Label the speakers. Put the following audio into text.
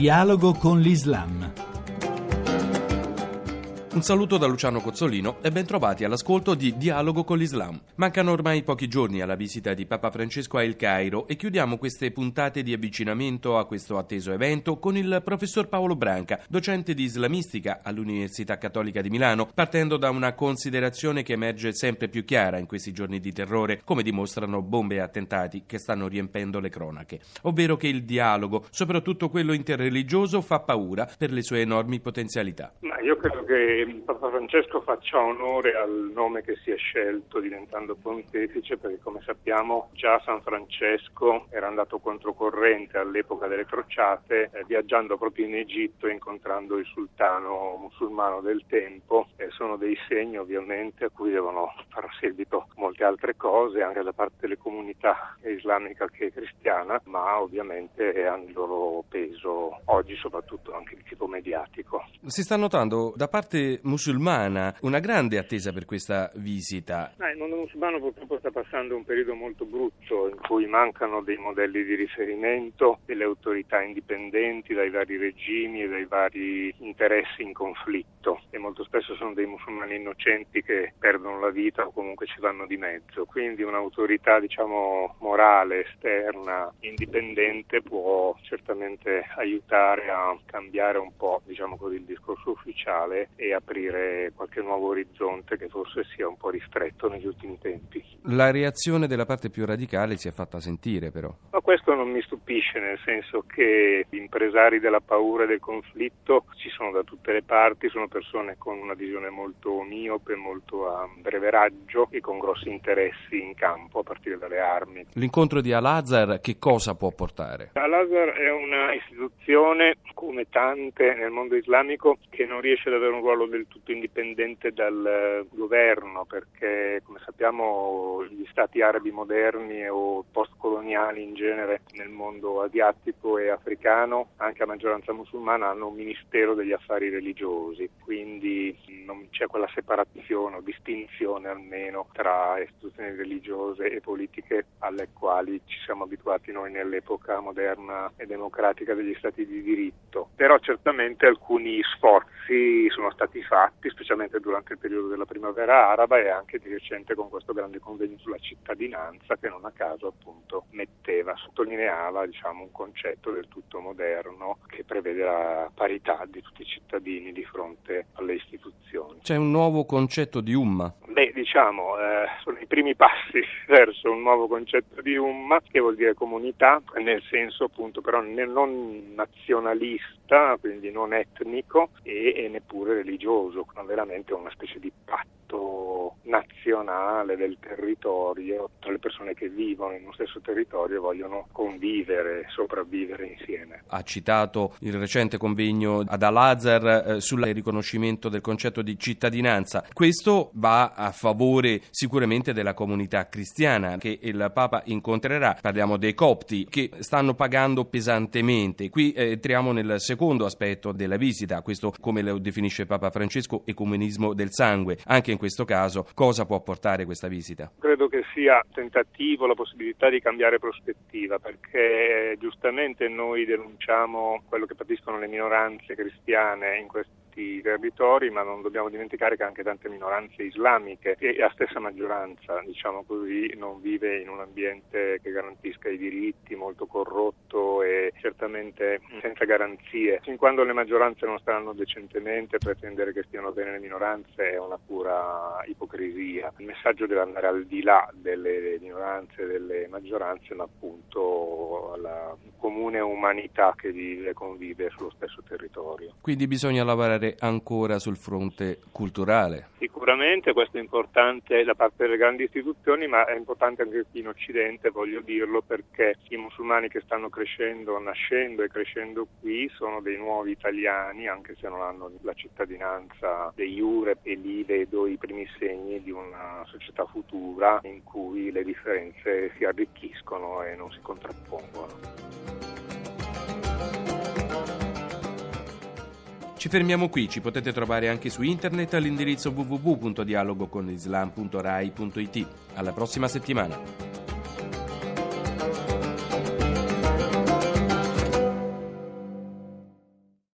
Speaker 1: Dialogo con l'Islam.
Speaker 2: Un saluto da Luciano Cozzolino e ben trovati all'ascolto di Dialogo con l'Islam. Mancano ormai pochi giorni alla visita di Papa Francesco a El Cairo e chiudiamo queste puntate di avvicinamento a questo atteso evento con il professor Paolo Branca, docente di islamistica all'Università Cattolica di Milano, partendo da una considerazione che emerge sempre più chiara in questi giorni di terrore, come dimostrano bombe e attentati che stanno riempendo le cronache, ovvero che il dialogo, soprattutto quello interreligioso, fa paura per le sue enormi potenzialità.
Speaker 3: Ma io credo che Papa Francesco faccia onore al nome che si è scelto diventando pontefice, perché come sappiamo già San Francesco era andato controcorrente all'epoca delle crociate, viaggiando proprio in Egitto e incontrando il sultano musulmano del tempo. Sono dei segni ovviamente a cui devono far seguito molte altre cose anche da parte delle comunità islamica che cristiana, ma ovviamente hanno il loro peso oggi, soprattutto anche di tipo mediatico.
Speaker 2: Si sta notando da parte musulmana una grande attesa per questa visita.
Speaker 3: Il mondo musulmano purtroppo sta passando un periodo molto brutto in cui mancano dei modelli di riferimento, delle autorità indipendenti dai vari regimi e dai vari interessi in conflitto, e molto spesso sono dei musulmani innocenti che perdono la vita o comunque ci vanno di mezzo. Quindi un'autorità morale, esterna, indipendente può certamente aiutare a cambiare un po' il discorso ufficiale e aprire qualche nuovo orizzonte che forse sia un po' ristretto negli ultimi tempi.
Speaker 2: La reazione della parte più radicale si è fatta sentire, però.
Speaker 3: Ma questo non mi stupisce, nel senso che gli impresari della paura e del conflitto ci sono da tutte le parti, sono persone con una visione molto miope, molto a breve raggio e con grossi interessi in campo, a partire dalle armi.
Speaker 2: L'incontro di Al-Azhar che cosa può portare?
Speaker 3: Al-Azhar è una istituzione, come tante nel mondo islamico, che non riesce ad avere un ruolo del tutto indipendente dal governo, perché come sappiamo gli stati arabi moderni o postcoloniali in genere nel mondo asiatico e africano, anche a maggioranza musulmana, hanno un ministero degli affari religiosi, quindi non c'è quella separazione o distinzione almeno tra istituzioni religiose e politiche alle quali ci siamo abituati noi nell'epoca moderna e democratica degli stati di diritto. Però certamente alcuni sforzi sono stati fatti, specialmente durante il periodo della primavera araba e anche di recente con questo grande convegno sulla cittadinanza, che non a caso appunto sottolineava un concetto del tutto moderno che prevede la parità di tutti i cittadini di fronte alle istituzioni.
Speaker 2: C'è un nuovo concetto di umma?
Speaker 3: Sono i primi passi verso un nuovo concetto di umma, che vuol dire comunità, nel senso appunto però non nazionalista, quindi non etnico e neppure religioso, ma veramente una specie di patto nazionale del territorio tra le persone che vivono in uno stesso territorio e vogliono convivere, sopravvivere insieme.
Speaker 2: Ha citato il recente convegno ad Al-Azhar sul riconoscimento del concetto di cittadinanza. Questo va a favore sicuramente della comunità cristiana che il Papa incontrerà. Parliamo dei copti che stanno pagando pesantemente. Qui entriamo nel secondo aspetto della visita, questo, come lo definisce Papa Francesco, ecumenismo del sangue. Anche in questo caso cosa può portare questa visita?
Speaker 3: Credo che sia tentativo, la possibilità di cambiare prospettiva, perché giustamente noi denunciamo quello che patiscono le minoranze cristiane in questi territori, ma non dobbiamo dimenticare che anche tante minoranze islamiche e la stessa maggioranza, non vive in un ambiente che garantisca i diritti, molto corrotto e certamente senza garanzie. Fin quando le maggioranze non staranno decentemente, pretendere che stiano bene le minoranze è una pura ipocrisia. Il messaggio deve andare al di là delle minoranze e delle maggioranze, ma appunto alla comune umanità che vive e convive sullo stesso territorio.
Speaker 2: Quindi bisogna lavorare ancora sul fronte culturale.
Speaker 3: Sicuramente questo è importante da parte delle grandi istituzioni, ma è importante anche qui in Occidente, voglio dirlo, perché i musulmani che stanno crescendo, nascendo e crescendo qui sono dei nuovi italiani, anche se non hanno la cittadinanza de iure, e lì vedo i primi segni di una società futura in cui le differenze si arricchiscono e non si contrappongono.
Speaker 2: Ci fermiamo qui, ci potete trovare anche su internet all'indirizzo www.dialogoconlislam.rai.it. Alla prossima settimana.